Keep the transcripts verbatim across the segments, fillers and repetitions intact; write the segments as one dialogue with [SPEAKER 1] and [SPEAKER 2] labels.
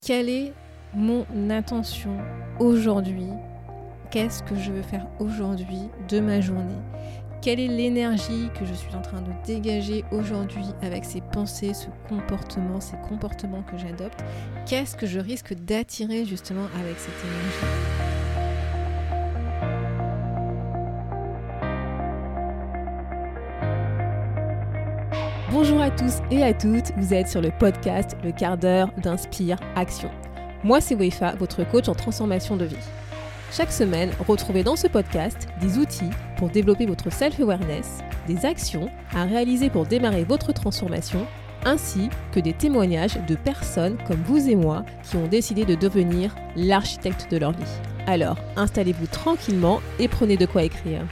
[SPEAKER 1] Quelle est mon intention aujourd'hui? Qu'est-ce que je veux faire aujourd'hui de ma journée? Quelle est l'énergie que je suis en train de dégager aujourd'hui avec ces pensées, ce comportement, ces comportements que j'adopte? Qu'est-ce que je risque d'attirer justement avec cette énergie? Bonjour à tous et à toutes, vous êtes sur le podcast Le quart d'heure d'Inspire Action. Moi c'est Wefa, votre coach en transformation de vie. Chaque semaine, retrouvez dans ce podcast des outils pour développer votre self-awareness, des actions à réaliser pour démarrer votre transformation, ainsi que des témoignages de personnes comme vous et moi qui ont décidé de devenir l'architecte de leur vie. Alors, installez-vous tranquillement et prenez de quoi écrire.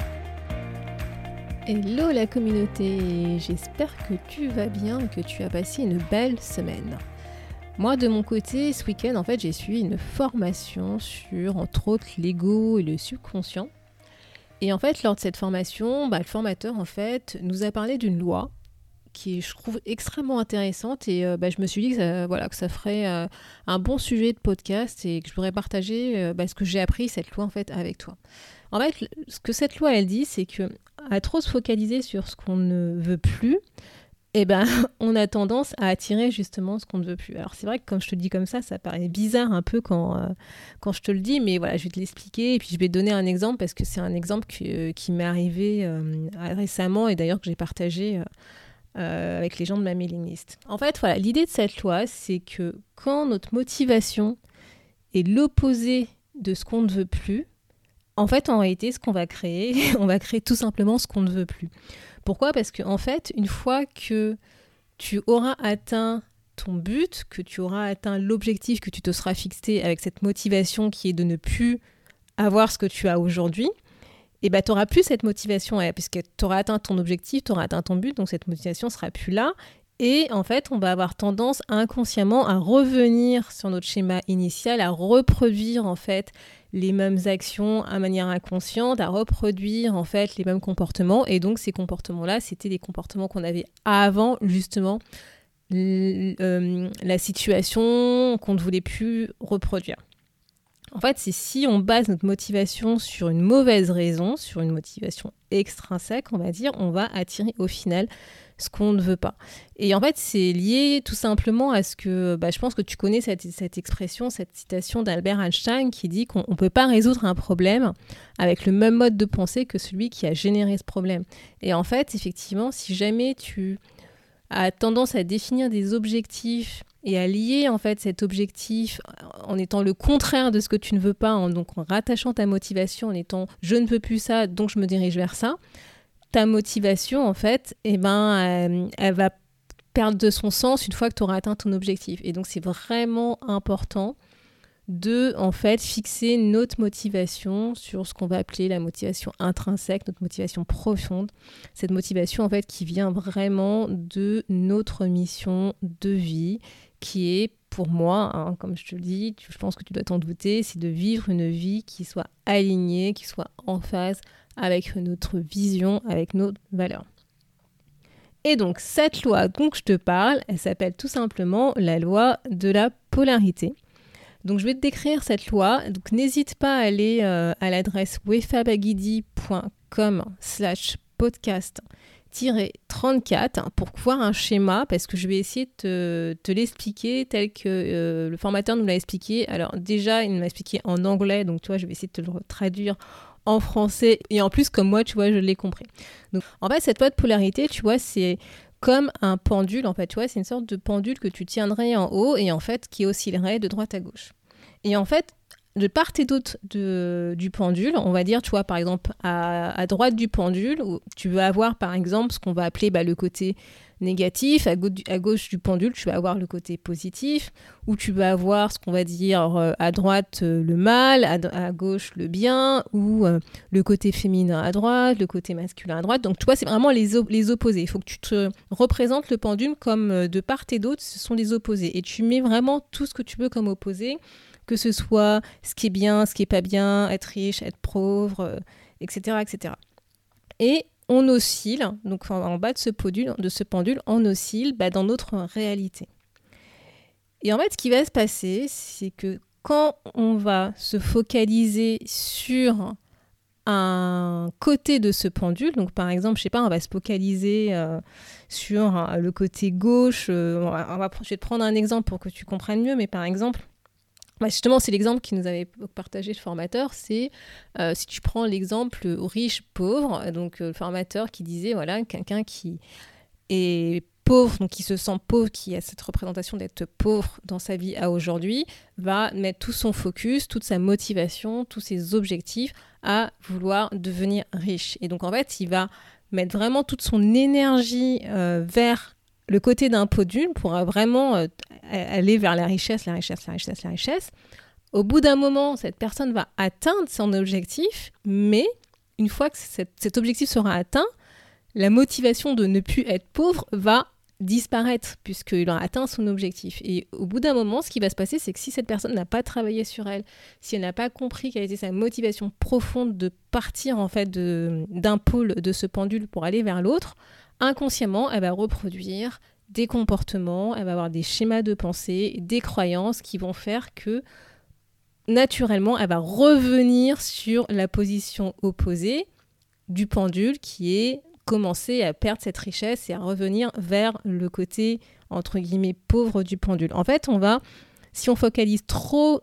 [SPEAKER 1] Hello la communauté, j'espère que tu vas bien et que tu as passé une belle semaine. Moi de mon côté, ce week-end en fait j'ai suivi une formation sur entre autres l'ego et le subconscient. Et en fait lors de cette formation, bah, le formateur en fait nous a parlé d'une loi qui est, je trouve extrêmement intéressante et euh, bah, je me suis dit que ça, voilà, que ça ferait euh, un bon sujet de podcast et que je pourrais partager euh, bah, ce que j'ai appris cette loi en fait avec toi. En fait, ce que cette loi elle dit, c'est que à trop se focaliser sur ce qu'on ne veut plus, eh ben, on a tendance à attirer justement ce qu'on ne veut plus. Alors c'est vrai que quand je te le dis comme ça, ça paraît bizarre un peu quand, euh, quand je te le dis, mais voilà, je vais te l'expliquer et puis je vais te donner un exemple parce que c'est un exemple que, qui m'est arrivé euh, récemment et d'ailleurs que j'ai partagé euh, euh, avec les gens de ma mailing list. En fait, voilà, l'idée de cette loi, c'est que quand notre motivation est l'opposé de ce qu'on ne veut plus, en fait, en réalité, ce qu'on va créer, on va créer tout simplement ce qu'on ne veut plus. Pourquoi ? Parce qu'en fait, une fois que tu auras atteint ton but, que tu auras atteint l'objectif que tu te seras fixé avec cette motivation qui est de ne plus avoir ce que tu as aujourd'hui, et ben, tu n'auras plus cette motivation, puisque tu auras atteint ton objectif, tu auras atteint ton but, donc cette motivation ne sera plus là. Et en fait, on va avoir tendance inconsciemment à revenir sur notre schéma initial, à reproduire en fait les mêmes actions à manière inconsciente, à reproduire en fait les mêmes comportements. Et donc ces comportements-là, c'était des comportements qu'on avait avant justement l- euh, la situation qu'on ne voulait plus reproduire. En fait, c'est si on base notre motivation sur une mauvaise raison, sur une motivation extrinsèque, on va dire, on va attirer au final ce qu'on ne veut pas. Et en fait, c'est lié tout simplement à ce que, bah, je pense que tu connais cette, cette expression, cette citation d'Albert Einstein qui dit qu'on ne peut pas résoudre un problème avec le même mode de pensée que celui qui a généré ce problème. Et en fait, effectivement, si jamais tu as tendance à définir des objectifs et à lier en fait cet objectif en étant le contraire de ce que tu ne veux pas, en, donc en rattachant ta motivation en étant « je ne veux plus ça, donc je me dirige vers ça », ta motivation, en fait, eh ben, elle, elle va perdre de son sens une fois que tu auras atteint ton objectif. Et donc, c'est vraiment important de, en fait, fixer notre motivation sur ce qu'on va appeler la motivation intrinsèque, notre motivation profonde. Cette motivation, en fait, qui vient vraiment de notre mission de vie, qui est, pour moi, hein, comme je te le dis, je pense que tu dois t'en douter, c'est de vivre une vie qui soit alignée, qui soit en phase avec notre vision, avec nos valeurs. Et donc, cette loi dont je te parle, elle s'appelle tout simplement la loi de la polarité. Donc, je vais te décrire cette loi. Donc, n'hésite pas à aller euh, à l'adresse wefabagidi.com slash podcast trente-quatre pour voir un schéma, parce que je vais essayer de te, te l'expliquer tel que euh, le formateur nous l'a expliqué. Alors, déjà, il m'a expliqué en anglais, donc tu vois, je vais essayer de te le traduire en français, et en plus, comme moi, tu vois, je l'ai compris. Donc, en fait, cette loi de polarité, tu vois, c'est comme un pendule, en fait, tu vois, c'est une sorte de pendule que tu tiendrais en haut, et en fait, qui oscillerait de droite à gauche. Et en fait, de part et d'autre de, du pendule, on va dire, tu vois, par exemple, à, à droite du pendule, où tu vas avoir, par exemple, ce qu'on va appeler bah, le côté négatif, à, go- à gauche du pendule, tu vas avoir le côté positif, ou tu vas avoir ce qu'on va dire euh, à droite euh, le mal, à, à gauche le bien, ou euh, le côté féminin à droite, le côté masculin à droite. Donc tu vois, c'est vraiment les, op- les opposés. Il faut que tu te représentes le pendule comme euh, de part et d'autre, ce sont les opposés. Et tu mets vraiment tout ce que tu veux comme opposé, que ce soit ce qui est bien, ce qui est pas bien, être riche, être pauvre, euh, et cetera, et cetera. Et on oscille, donc en bas de ce pendule, de ce pendule on oscille bah, dans notre réalité. Et en fait, ce qui va se passer, c'est que quand on va se focaliser sur un côté de ce pendule, donc par exemple, je sais pas, on va se focaliser euh, sur euh, le côté gauche, euh, on va, on va, je vais te prendre un exemple pour que tu comprennes mieux, mais par exemple, bah justement, c'est l'exemple qui nous avait partagé le formateur, c'est euh, si tu prends l'exemple riche-pauvre, donc euh, le formateur qui disait, voilà, quelqu'un qui est pauvre, donc qui se sent pauvre, qui a cette représentation d'être pauvre dans sa vie à aujourd'hui, va mettre tout son focus, toute sa motivation, tous ses objectifs à vouloir devenir riche. Et donc en fait, il va mettre vraiment toute son énergie euh, vers le côté d'un pendule pour vraiment euh, aller vers la richesse, la richesse, la richesse, la richesse. Au bout d'un moment, cette personne va atteindre son objectif, mais une fois que cette, cet objectif sera atteint, la motivation de ne plus être pauvre va disparaître puisqu'il aura atteint son objectif. Et au bout d'un moment, ce qui va se passer, c'est que si cette personne n'a pas travaillé sur elle, si elle n'a pas compris quelle était sa motivation profonde de partir en fait de, d'un pôle de ce pendule pour aller vers l'autre, inconsciemment, elle va reproduire des comportements, elle va avoir des schémas de pensée, des croyances qui vont faire que naturellement, elle va revenir sur la position opposée du pendule qui est commencer à perdre cette richesse et à revenir vers le côté, entre guillemets, pauvre du pendule. En fait, on va, si on focalise trop,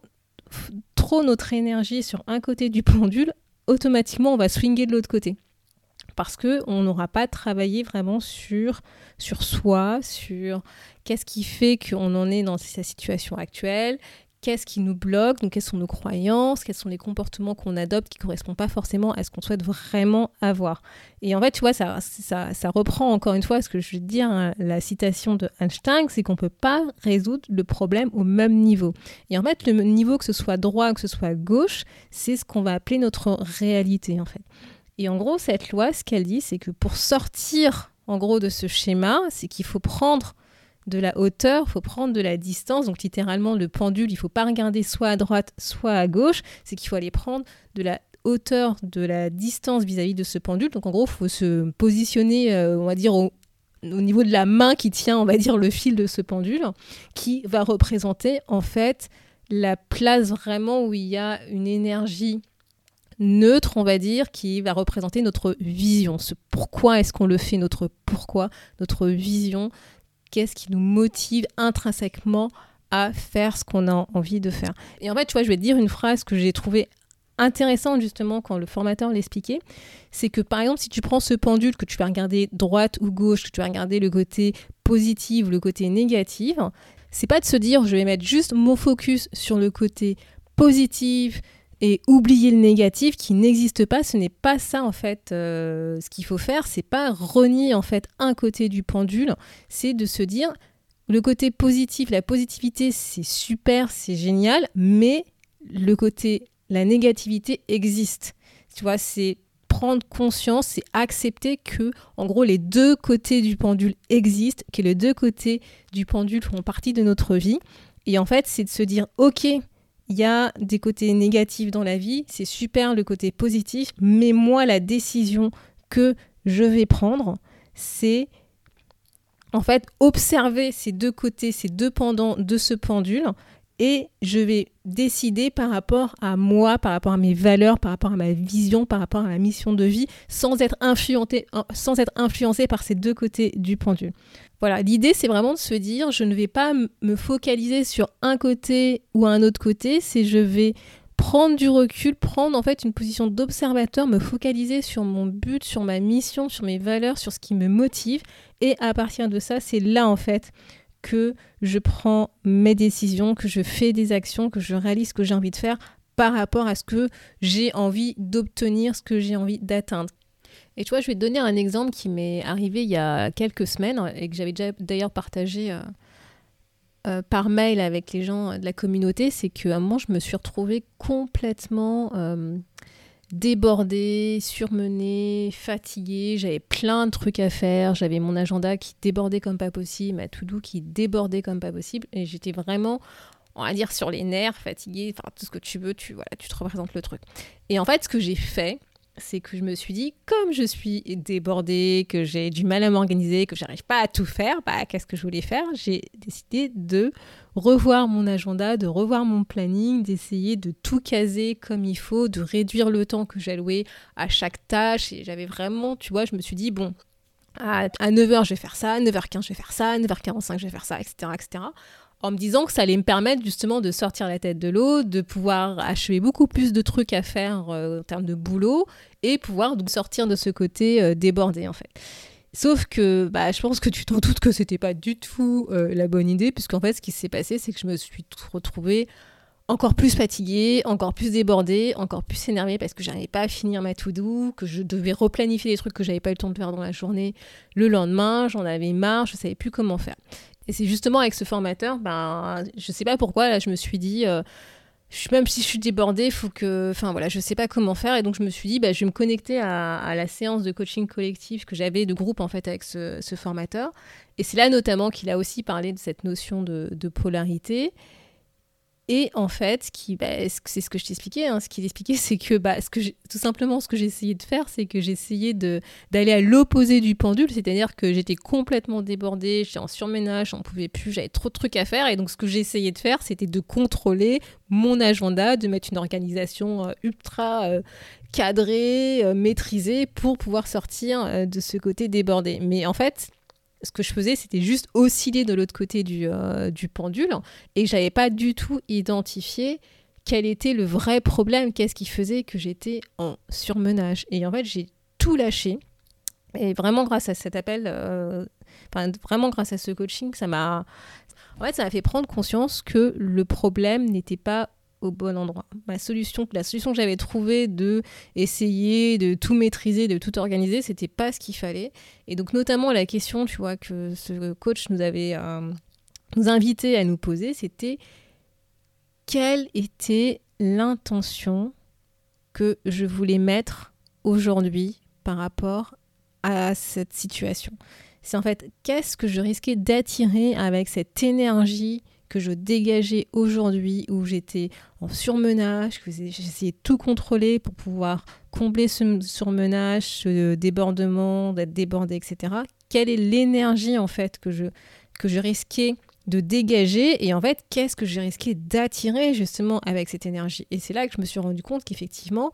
[SPEAKER 1] trop notre énergie sur un côté du pendule, automatiquement, on va swinger de l'autre côté. Parce qu'on n'aura pas travaillé vraiment sur, sur soi, sur qu'est-ce qui fait qu'on en est dans sa situation actuelle, qu'est-ce qui nous bloque, donc quelles sont nos croyances, quels sont les comportements qu'on adopte qui ne correspondent pas forcément à ce qu'on souhaite vraiment avoir. Et en fait, tu vois, ça, ça, ça reprend encore une fois ce que je veux dire, hein, la citation de Einstein, c'est qu'on ne peut pas résoudre le problème au même niveau. Et en fait, le niveau, que ce soit droit, que ce soit gauche, c'est ce qu'on va appeler notre réalité, en fait. Et en gros, cette loi, ce qu'elle dit, c'est que pour sortir, en gros, de ce schéma, c'est qu'il faut prendre de la hauteur, il faut prendre de la distance. Donc, littéralement, le pendule, il ne faut pas regarder soit à droite, soit à gauche. C'est qu'il faut aller prendre de la hauteur, de la distance vis-à-vis de ce pendule. Donc, en gros, il faut se positionner, euh, on va dire, au, au niveau de la main qui tient, on va dire, le fil de ce pendule, qui va représenter, en fait, la place vraiment où il y a une énergie neutre, on va dire, qui va représenter notre vision. Ce pourquoi est-ce qu'on le fait, notre pourquoi, notre vision. Qu'est-ce qui nous motive intrinsèquement à faire ce qu'on a envie de faire. Et en fait, tu vois, je vais te dire une phrase que j'ai trouvée intéressante justement quand le formateur l'expliquait, c'est que par exemple, si tu prends ce pendule, que tu vas regarder droite ou gauche, que tu vas regarder le côté positif ou le côté négatif, c'est pas de se dire je vais mettre juste mon focus sur le côté positif et oublier le négatif qui n'existe pas. Ce n'est pas ça en fait euh, ce qu'il faut faire, c'est pas renier en fait un côté du pendule, c'est de se dire le côté positif, la positivité c'est super, c'est génial, mais le côté, la négativité existe. Tu vois, c'est prendre conscience, c'est accepter que en gros les deux côtés du pendule existent, que les deux côtés du pendule font partie de notre vie. Et en fait, c'est de se dire ok, il y a des côtés négatifs dans la vie, c'est super le côté positif, mais moi, la décision que je vais prendre, c'est en fait observer ces deux côtés, ces deux pendants de ce pendule, et je vais décider par rapport à moi, par rapport à mes valeurs, par rapport à ma vision, par rapport à ma mission de vie, sans être influencé, sans être influencé par ces deux côtés du pendule. Voilà, l'idée, c'est vraiment de se dire, je ne vais pas m- me focaliser sur un côté ou un autre côté, c'est je vais prendre du recul, prendre en fait une position d'observateur, me focaliser sur mon but, sur ma mission, sur mes valeurs, sur ce qui me motive. Et à partir de ça, c'est là en fait que je prends mes décisions, que je fais des actions, que je réalise ce que j'ai envie de faire par rapport à ce que j'ai envie d'obtenir, ce que j'ai envie d'atteindre. Et tu vois, je vais te donner un exemple qui m'est arrivé il y a quelques semaines et que j'avais déjà d'ailleurs partagé euh, euh, par mail avec les gens de la communauté. C'est qu'à un moment, je me suis retrouvée complètement euh, débordée, surmenée, fatiguée. J'avais plein de trucs à faire. J'avais mon agenda qui débordait comme pas possible, ma to-do qui débordait comme pas possible. Et j'étais vraiment, on va dire, sur les nerfs, fatiguée, enfin tout ce que tu veux, tu, voilà, tu te représentes le truc. Et en fait, ce que j'ai fait, c'est que je me suis dit, comme je suis débordée, que j'ai du mal à m'organiser, que j'arrive pas à tout faire, bah, qu'est-ce que je voulais faire ? J'ai décidé de revoir mon agenda, de revoir mon planning, d'essayer de tout caser comme il faut, de réduire le temps que j'allouais à chaque tâche. Et j'avais vraiment, tu vois, je me suis dit, bon, à, à neuf heures, je vais faire ça, neuf heures quinze, je vais faire ça, neuf heures quarante-cinq, je vais faire ça, et cetera, et cetera. En me disant que ça allait me permettre justement de sortir la tête de l'eau, de pouvoir achever beaucoup plus de trucs à faire euh, en termes de boulot et pouvoir donc sortir de ce côté euh, débordé en fait. Sauf que bah, je pense que tu t'en doutes que c'était pas du tout euh, la bonne idée, puisqu'en fait ce qui s'est passé c'est que je me suis retrouvée encore plus fatiguée, encore plus débordée, encore plus énervée parce que j'arrivais pas à finir ma to-do, que je devais replanifier les trucs que j'avais pas eu le temps de faire dans la journée le lendemain, j'en avais marre, je savais plus comment faire. Et c'est justement avec ce formateur, ben, je sais pas pourquoi, là, je me suis dit, euh, je, même si je suis débordée, faut que, enfin voilà, je sais pas comment faire. Et donc, je me suis dit, bah, je vais me connecter à, à la séance de coaching collectif que j'avais de groupe, en fait, avec ce, ce formateur. Et c'est là, notamment, qu'il a aussi parlé de cette notion de, de polarité. Et en fait, qui, bah, c'est ce que je t'expliquais. Hein, ce qu'il expliquait, c'est que bah, ce que tout simplement, ce que j'ai essayé de faire, c'est que j'ai essayé de, d'aller à l'opposé du pendule. C'est-à-dire que j'étais complètement débordée, j'étais en surménage, j'en pouvais plus, j'avais trop de trucs à faire. Et donc, ce que j'ai essayé de faire, c'était de contrôler mon agenda, de mettre une organisation euh, ultra euh, cadrée, euh, maîtrisée pour pouvoir sortir euh, de ce côté débordé. Mais en fait, ce que je faisais, c'était juste osciller de l'autre côté du, euh, du pendule et je n'avais pas du tout identifié quel était le vrai problème, qu'est-ce qui faisait que j'étais en surmenage. Et en fait, j'ai tout lâché. Et vraiment, grâce à cet appel, euh, enfin, vraiment grâce à ce coaching, ça m'a, en fait, ça m'a fait prendre conscience que le problème n'était pas au bon endroit. Ma solution, la solution que j'avais trouvée de essayer de tout maîtriser, de tout organiser, c'était pas ce qu'il fallait. Et donc notamment la question, tu vois, que ce coach nous avait euh, nous invité à nous poser, c'était quelle était l'intention que je voulais mettre aujourd'hui par rapport à cette situation. C'est en fait qu'est-ce que je risquais d'attirer avec cette énergie que je dégageais aujourd'hui, où j'étais en surmenage, que j'essayais de tout contrôler pour pouvoir combler ce surmenage, ce débordement, d'être débordé, et cetera. Quelle est l'énergie en fait que je, que je risquais de dégager et en fait, qu'est-ce que je risquais d'attirer justement avec cette énergie ? Et c'est là que je me suis rendu compte qu'effectivement,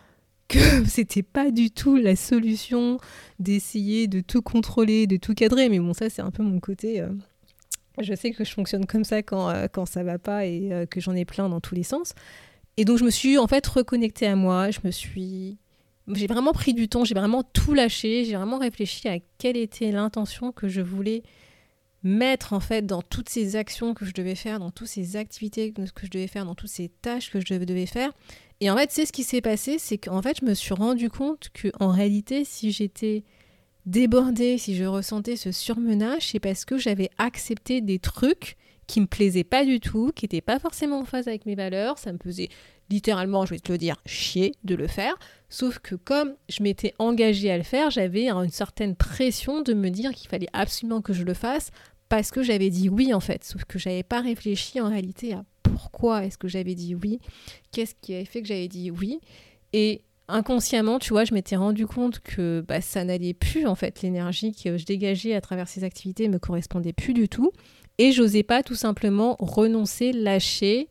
[SPEAKER 1] que c'était pas du tout la solution d'essayer de tout contrôler, de tout cadrer. Mais bon, ça, c'est un peu mon côté... Euh Je sais que je fonctionne comme ça quand, euh, quand ça va pas et euh, que j'en ai plein dans tous les sens. Et donc, je me suis en fait reconnectée à moi. Je me suis... J'ai vraiment pris du temps, j'ai vraiment tout lâché. J'ai vraiment réfléchi à quelle était l'intention que je voulais mettre en fait dans toutes ces actions que je devais faire, dans toutes ces activités que je devais faire, dans toutes ces tâches que je devais faire. Et en fait, c'est ce qui s'est passé, c'est qu'en fait, je me suis rendu compte qu'en réalité, si j'étais... débordée, si je ressentais ce surmenage, c'est parce que j'avais accepté des trucs qui me plaisaient pas du tout, qui n'étaient pas forcément en phase avec mes valeurs. Ça me faisait littéralement, je vais te le dire, chier de le faire. Sauf que comme je m'étais engagée à le faire, j'avais une certaine pression de me dire qu'il fallait absolument que je le fasse parce que j'avais dit oui en fait. Sauf que j'avais pas réfléchi en réalité à pourquoi est-ce que j'avais dit oui, qu'est-ce qui avait fait que j'avais dit oui. Et inconsciemment, tu vois, je m'étais rendu compte que bah, ça n'allait plus, en fait, l'énergie que je dégageais à travers ces activités ne me correspondait plus du tout. Et j'osais pas tout simplement renoncer, lâcher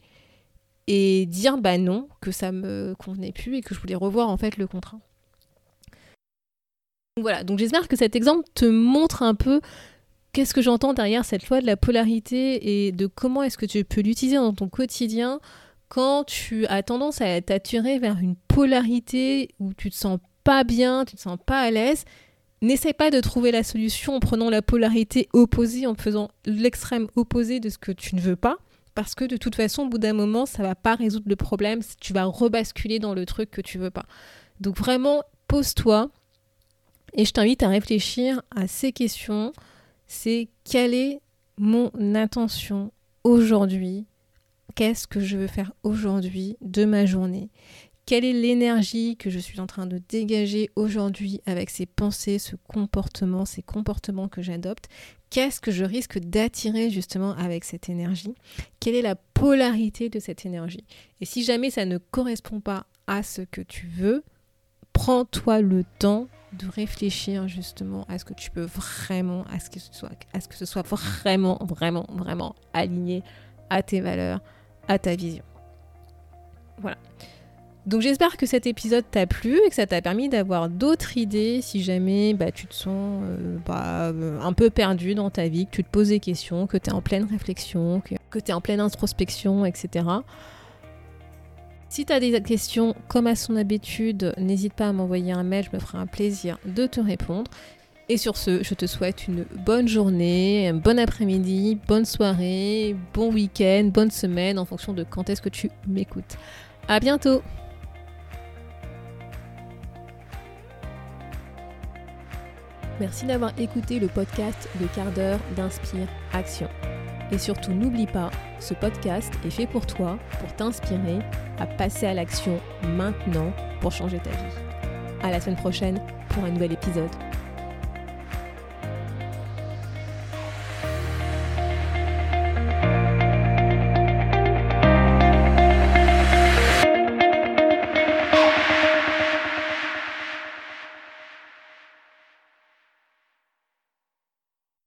[SPEAKER 1] et dire bah non, que ça me convenait plus et que je voulais revoir en fait le contrat. Donc voilà, donc j'espère que cet exemple te montre un peu qu'est-ce que j'entends derrière cette loi de la polarité et de comment est-ce que tu peux l'utiliser dans ton quotidien quand tu as tendance à t'attirer vers une polarité où tu te sens pas bien, tu te sens pas à l'aise. N'essaie pas de trouver la solution en prenant la polarité opposée, en faisant l'extrême opposé de ce que tu ne veux pas, parce que de toute façon, au bout d'un moment, ça va pas résoudre le problème, tu vas rebasculer dans le truc que tu veux pas. Donc vraiment, pose-toi et je t'invite à réfléchir à ces questions. C'est quelle est mon intention aujourd'hui ? Qu'est-ce que je veux faire aujourd'hui de ma journée ? Quelle est l'énergie que je suis en train de dégager aujourd'hui avec ces pensées, ce comportement, ces comportements que j'adopte ? Qu'est-ce que je risque d'attirer justement avec cette énergie ? Quelle est la polarité de cette énergie ? Et si jamais ça ne correspond pas à ce que tu veux, prends-toi le temps de réfléchir justement à ce que tu peux vraiment, à ce que ce soit, à ce que ce soit vraiment, vraiment, vraiment aligné à tes valeurs, à ta vision. Voilà. Donc j'espère que cet épisode t'a plu et que ça t'a permis d'avoir d'autres idées si jamais bah, tu te sens euh, bah, un peu perdu dans ta vie, que tu te poses des questions, que tu es en pleine réflexion, que, que tu es en pleine introspection, et cetera. Si tu as des questions, comme à son habitude, n'hésite pas à m'envoyer un mail, je me ferai un plaisir de te répondre. Et sur ce, je te souhaite une bonne journée, un bon après-midi, bonne soirée, bon week-end, bonne semaine, en fonction de quand est-ce que tu m'écoutes. À bientôt! Merci d'avoir écouté le podcast Le quart d'heure d'Inspire Action. Et surtout, n'oublie pas, ce podcast est fait pour toi, pour t'inspirer à passer à l'action maintenant pour changer ta vie. À la semaine prochaine pour un nouvel épisode.